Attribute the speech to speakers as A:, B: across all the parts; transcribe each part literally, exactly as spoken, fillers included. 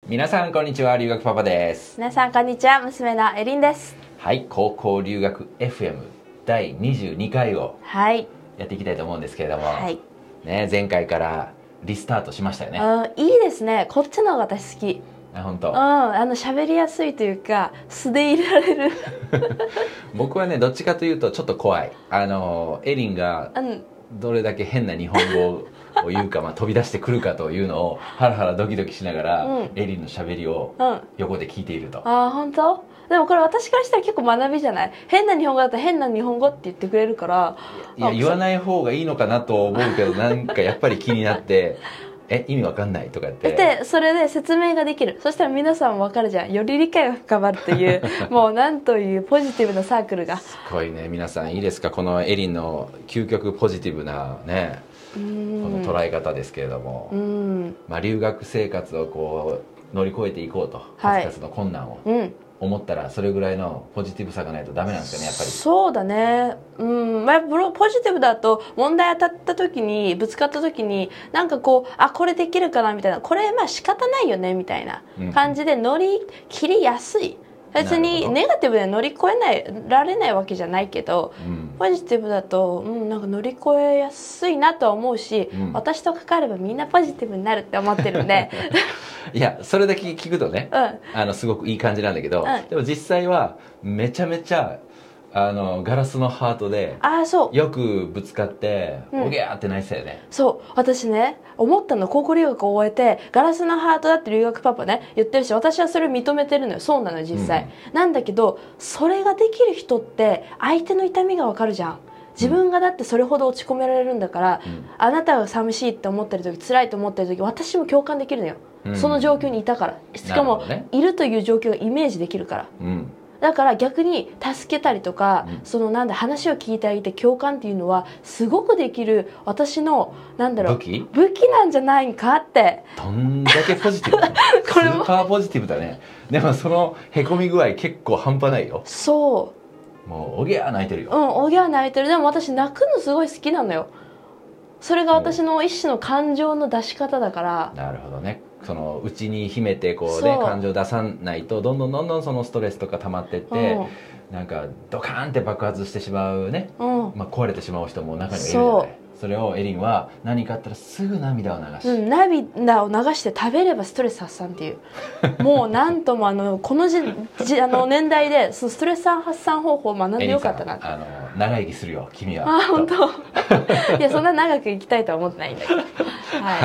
A: 皆さんこんにちは、留学パパです。
B: 皆さんこんにちは、娘のエリンです。
A: はい、高校留学 エフエム だいにじゅうにかいをやっていきたいと思うんですけれども、はい、ね、前回からリスタートしましたよね。
B: うん、いいですね。こっちの方が私好き。
A: あ、本当。
B: うん、あの喋りやすいというか素で入れられる。
A: 僕はね、どっちかというとちょっと怖い。あのエリンがどれだけ変な日本語を言うか、まあ、飛び出してくるかというのをハラハラドキドキしながら、うん、エリンのしゃべりを横で聞いていると、うん、
B: ああ本当。でもこれ私からしたら結構学びじゃない。変な日本語だったら変な日本語って言ってくれるから、
A: いや言わない方がいいのかなと思うけど、なんかやっぱり気になってえ意味わかんないとかって
B: で、それで説明ができる。そしたら皆さんもわかるじゃん。より理解が深まるというもうなんというポジティブなサークルが
A: すごいね。皆さんいいですか、このエリンの究極ポジティブなね、この捉え方ですけれども、まあ、留学生活をこう乗り越えていこうと、数々の困難を、うん思ったらそれぐらいのポジティブさがないとダメなんですよね、やっぱり。そうだね。
B: うん、まあ、ポジティブだと問題当たった時にぶつかった時になんかこうあこれできるかなみたいな、これまあ仕方ないよねみたいな感じで乗り切りやすい。別にネガティブで乗り越えないられないわけじゃないけど、うん、ポジティブだと、うん、なんか乗り越えやすいなとは思うし、うん、私と関わればみんなポジティブになるって思ってるんで
A: いやそれだけ聞くとね、うん、あのすごくいい感じなんだけど、うん、でも実際はめちゃめちゃあのガラスのハートであそうよくぶつかっておぎゃーって泣いてたよね。
B: そう私ね思ったの、高校留学を終えてガラスのハートだって留学パパね言ってるし、私はそれを認めてるのよ。そうなの実際、うん、なんだけどそれができる人って相手の痛みがわかるじゃん。自分がだってそれほど落ち込められるんだから、うん、あなたが寂しいって思ってる時辛いと思ってる時私も共感できるのよ、うん、その状況にいたから。しかも、ね、いるという状況がイメージできるから、うんだから逆に助けたりとか、うん、そのなんだ話を聞いてあげて共感っていうのはすごくできる私のなんだろう
A: 武器
B: 武器なんじゃないかって。
A: どんだけポジティブだねこれスーパーポジティブだね。でもそのへこみ具合結構半端ないよ。そうもうおぎゃー泣いてるよ。
B: うんおぎゃー泣いてる。でも私泣くのすごい好きなのよ。それが私の一種の感情の出し方だから。
A: なるほどね。その内に秘めてこうね感情を出さないとどんどんどんどんそのストレスとか溜まってって、うん、なんかドカーンって爆発してしまうね、うん、まあ壊れてしまう人も中にはいるじゃない。それをエリンは何かあったらすぐ涙を流し、
B: うん、涙を流して食べればストレス発散っていうもうなんともあのこのじじあの年代でそのストレス発散方法を学んでよかったなって。
A: あの長生きするよ君は。
B: あ本当いやそんな長く生きたいとは思ってないんだけどはい、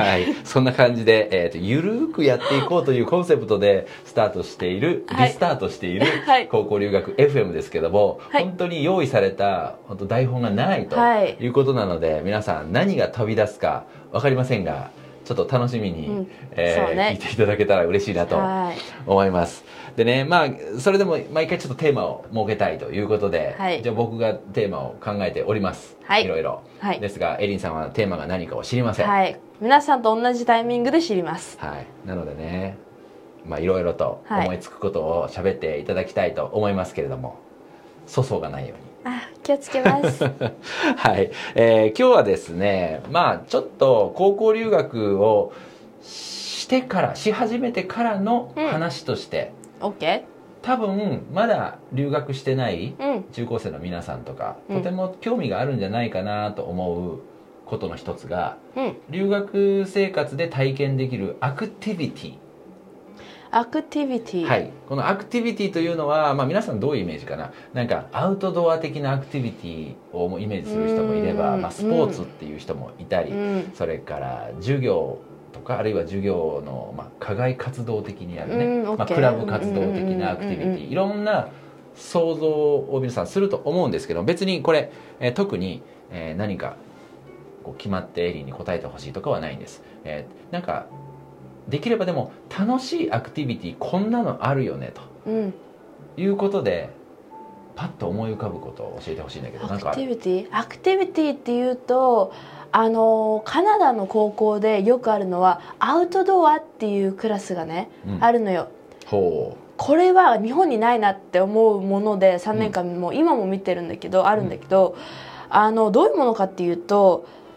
A: はい、そんな感じで、えーと、ゆるくやっていこうというコンセプトでスタートしている、はい、リスタートしている高校留学 エフエム ですけども、はい、本当に用意された本当台本がないということなので、はい、皆さん何が飛び出すか分かりませんがちょっと楽しみに、うんえーね、聞いていただけたら嬉しいなと思います。でね、まあそれでも毎回ちょっとテーマを設けたいということで、はい、じゃあ僕がテーマを考えております、はい、いろいろ、はい、ですがエリンさんはテーマが何かを知りません、はい、
B: 皆さんと同じタイミングで知ります、
A: はい、なのでねまあいろいろと思いつくことを喋っていただきたいと思いますけれども、粗相がないように
B: あ気をつけます
A: はい、えー、今日はですねまあちょっと高校留学をしてからし始めてからの話として、
B: うん、OK。
A: 多分まだ留学してない中高生の皆さんとか、うん、とても興味があるんじゃないかなと思うことの一つが、うん、留学生活で体験できるアクティビティ。
B: アクティビティ、
A: はい、このアクティビティというのは、まあ、皆さんどういうイメージかな。なんかアウトドア的なアクティビティをイメージする人もいれば、まあ、スポーツっていう人もいたり、それから授業とかあるいは授業の、まあ、課外活動的にやるね、うんまあ、クラブ活動的なアクティビティ、いろんな想像を皆さんすると思うんですけど、別にこれ、えー、特に、えー、何かこう決まってエリーに答えてほしいとかはないんです、えー、なんかできればでも楽しいアクティビティこんなのあるよねと、うん、いうことでパッと思い浮かぶことを教えてほしいんだけど、
B: アクティビティアクティビティっていうとあのカナダの高校でよくあるのはアウトドアっていうクラスがね、うん、あるのよ。ほうこれは日本にないなって思うものでさんねんかんも今も見てるんだけど、うん、あるんだけど、あのどういうものかっていうと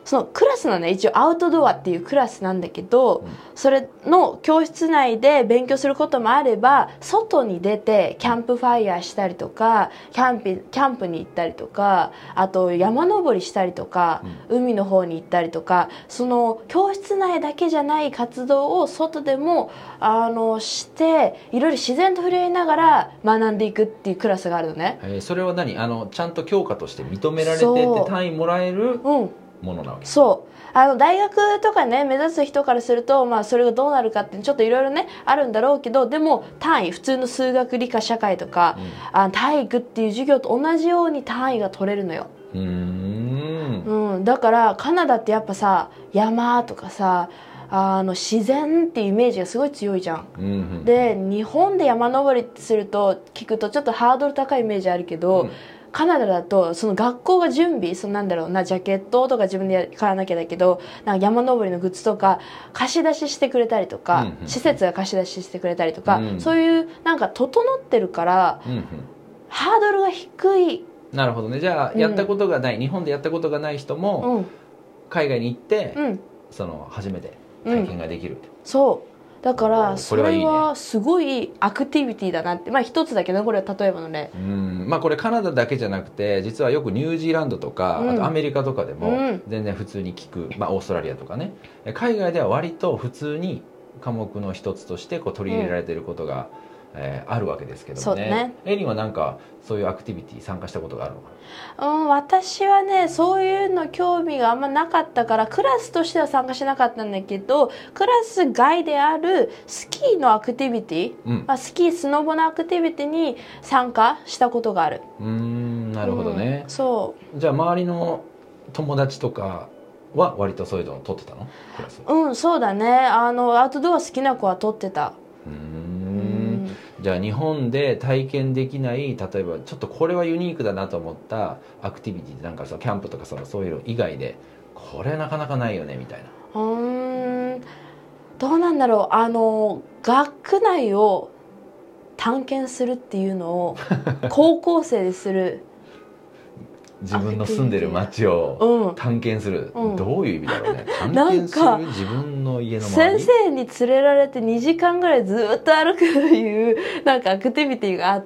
B: そのクラスのね一応アウトドアっていうクラスなんだけど、うん、それの教室内で勉強することもあれば外に出てキャンプファイヤーしたりとかキャンピキャンプに行ったりとかあと山登りしたりとか、うん、海の方に行ったりとかその教室内だけじゃない活動を外でもあのしていろいろ自然と触れ合いながら学んでいくっていうクラスがあるのね。
A: えー、それは何あのちゃんと教科として認められてて単位もらえる、うんものなわけ。
B: そうあの大学とかね目指す人からすると、まあ、それがどうなるかってちょっといろいろねあるんだろうけどでも単位普通の数学理科社会とか、うん、あ体育っていう授業と同じように単位が取れるのよ。うーん、うん、だからカナダってやっぱさ山とかさあの自然っていうイメージがすごい強いじゃん、うんうん、で日本で山登りすると聞くとちょっとハードル高いイメージあるけど、うんカナダだとその学校が準備そのなんだろうなジャケットとか自分で買わなきゃだけどなんか山登りのグッズとか貸し出ししてくれたりとか、うんうん、施設が貸し出ししてくれたりとか、うん、そういうなんか整ってるから、うんうん、ハードルが低い。
A: なるほどね。じゃあやったことがない、うん、日本でやったことがない人も、うん、海外に行って、うん、その初めて体験ができる、うん、
B: そうだからそれはすごいアクティビティだなってまあ一つだけどこれは例えばのね
A: うんまあこれカナダだけじゃなくて実はよくニュージーランドとか、うん、あとアメリカとかでも全然普通に聞く、まあ、オーストラリアとかね海外では割と普通に科目の一つとしてこう取り入れられていることが、うんえー、あるわけですけどもね。ねエリンはなんかそういうアクティビティ参加したことがあるのか
B: な。うん、私はねそういうの興味があんまなかったからクラスとしては参加しなかったんだけどクラス外であるスキーのアクティビティ、うんまあ、スキースノボのアクティビティに参加したことがある。
A: うーんなるほどね、
B: うん、そう
A: じゃあ周りの友達とかは割とそういうのを取ってたのクラス。
B: うんそうだねあのアウトドア好きな子は取ってた。
A: うーんじゃあ日本で体験できない例えばちょっとこれはユニークだなと思ったアクティビティなんかさキャンプとかさそういうの以外でこれなかなかないよねみたいな。
B: うーんどうなんだろうあの学内を探検するっていうのを高校生でする
A: 自分の住んでる街を探検する、うん、どういう意味だろうね。探検する自分の家の周
B: り先生に連れられてにじかんぐらいずっと歩くというなんかアクティビティがあって、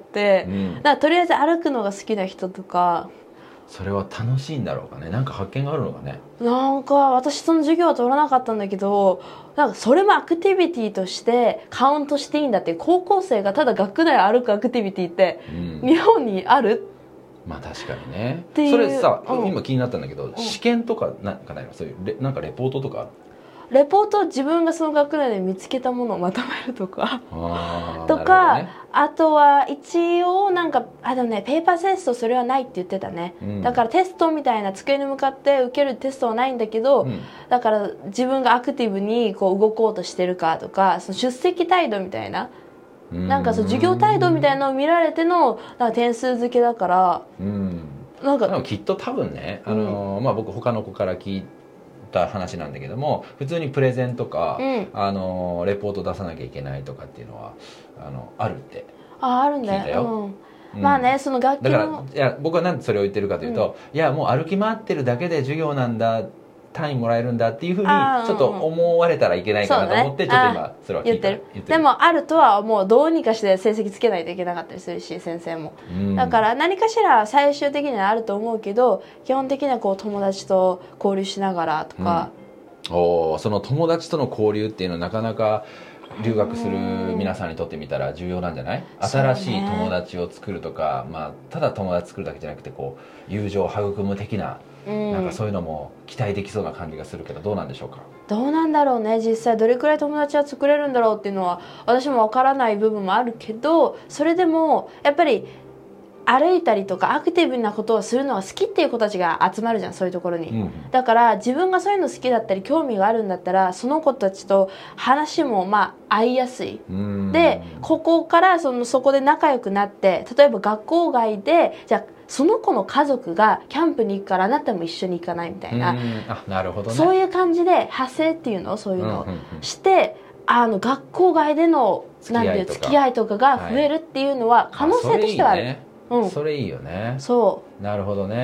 B: うん、だからとりあえず歩くのが好きな人とか
A: それは楽しいんだろうかね。なんか発見があるのかね。
B: なんか私その授業は取らなかったんだけどなんかそれもアクティビティとしてカウントしていいんだって高校生がただ学内歩くアクティビティって、うん、日本にある
A: まあ確かにね。それさ、うん、今気になったんだけど、うん、試験とかなんかないのそういうレなんかレポートとかある
B: レポート自分がその学内で見つけたものをまとめるとかとか、ね、あとは一応なんかあのねペーパーテストそれはないって言ってたね、うん、だからテストみたいな机に向かって受けるテストはないんだけど、うん、だから自分がアクティブにこう動こうとしてるかとかその出席態度みたいななんかそう授業態度みたいなのを見られてのなんか点数付けだから
A: うんなんかきっと多分ね、あのーうんまあ、僕他の子から聞いた話なんだけども普通にプレゼンとか、うん、あのー、レポート出さなきゃいけないとかっていうのはあのあるって
B: ああるんだよ、うん、まあねその楽器の
A: だからいや僕はなんでそれを言ってるかというと、うん、いやもう歩き回ってるだけで授業なんだ単位もらえるんだっていうふうにちょっと思われたらいけないかなと思って、ちょっと今それは聞いてる。
B: でもあるとはもうどうにかして成績つけないといけなかったりするし先生も、うん、だから何かしら最終的にはあると思うけど基本的にはこう友達と交流しながらとか、
A: うん、おその友達との交流っていうのはなかなか留学する皆さんにとってみたら重要なんじゃない？新しい友達を作るとか、まあ、ただ友達作るだけじゃなくてこう友情を育む的ななんかそういうのも期待できそうな感じがするけどどうなんでしょうか。
B: どうなんだろうね実際どれくらい友達は作れるんだろうっていうのは私もわからない部分もあるけどそれでもやっぱり歩いたりとかアクティブなことをするのが好きっていう子たちが集まるじゃんそういうところに、うん、だから自分がそういうの好きだったり興味があるんだったらその子たちと話もまあ合いやすいでここからそのそこで仲良くなって例えば学校外でじゃあその子の家族がキャンプに行くからあなたも一緒に行かないみたいな、
A: あ、なるほどね、
B: そういう感じで派生っていうのそういうのをして、あの学校外でのなんていう付き合いとかが増えるっていうのは可能性としてはある。
A: それいいね、うん、それいいよね。
B: そ
A: うなるほどね。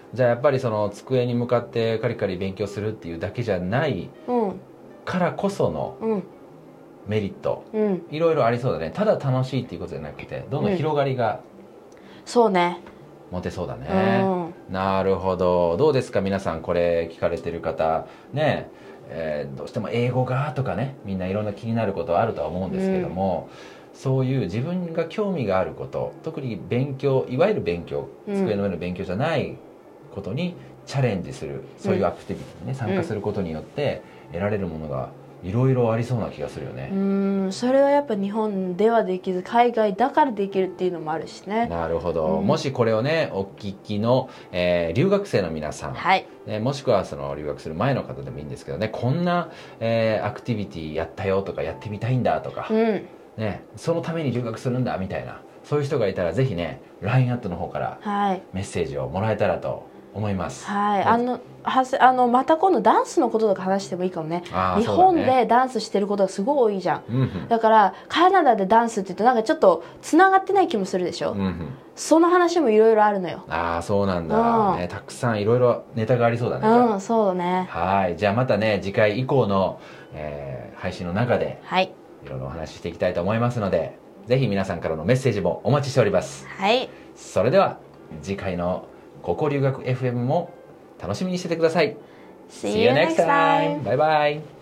A: じゃあやっぱりその机に向かってカリカリ勉強するっていうだけじゃない
B: うん
A: からこその
B: うん
A: メリット、
B: うん
A: いろいろありそうだね。ただ楽しいっていうことじゃなくてどんどん広がりが
B: そうね。
A: 持てそうだ
B: う
A: ね、
B: ん
A: なるほど。どうですか皆さん、これ聞かれてる方ね、えーどうしても英語がとかね、みんないろんな気になることはあるとは思うんですけども、そういう自分が興味があること、特に勉強、いわゆる勉強、机の上の勉強じゃないことにチャレンジする、そういうアクティビティにね参加することによって得られるものがいろいろありそうな気がするよね。
B: うん、それはやっぱ日本ではできず海外だからできるっていうのもあるしね。
A: なるほど、
B: うん
A: もしこれをねお聞きの、えー留学生の皆さん、
B: はい
A: ね、もしくはその留学する前の方でもいいんですけどね、こんな、えーアクティビティやったよとかやってみたいんだとか、
B: うん
A: ね、そのために留学するんだみたいな、そういう人がいたらぜひね ライン アットの方から
B: はい
A: メッセージをもらえたらと思います。
B: はい、
A: ね
B: あのはせあのまた今度ダンスのこととか話してもいいかもね。
A: あー
B: 日本
A: そうだね
B: でダンスしてることがすごい多いじゃん。
A: うんうん
B: だからカナダでダンスって言うとなんかちょっとつながってない気もするでしょ、
A: うんうん
B: その話もいろいろあるのよ。
A: ああそうなんだ、
B: うん
A: ね、たくさんいろいろネタがありそうだね。
B: うんそうだね。
A: はい、じゃあまたね次回以降の、えー配信の中で
B: はい
A: いろいろお話ししていきたいと思いますので、ぜひ皆さんからのメッセージもお待ちしております。
B: はい
A: それでは次回のここ留学 エフエム も楽しみにしててください。
B: See you next time.
A: Bye bye.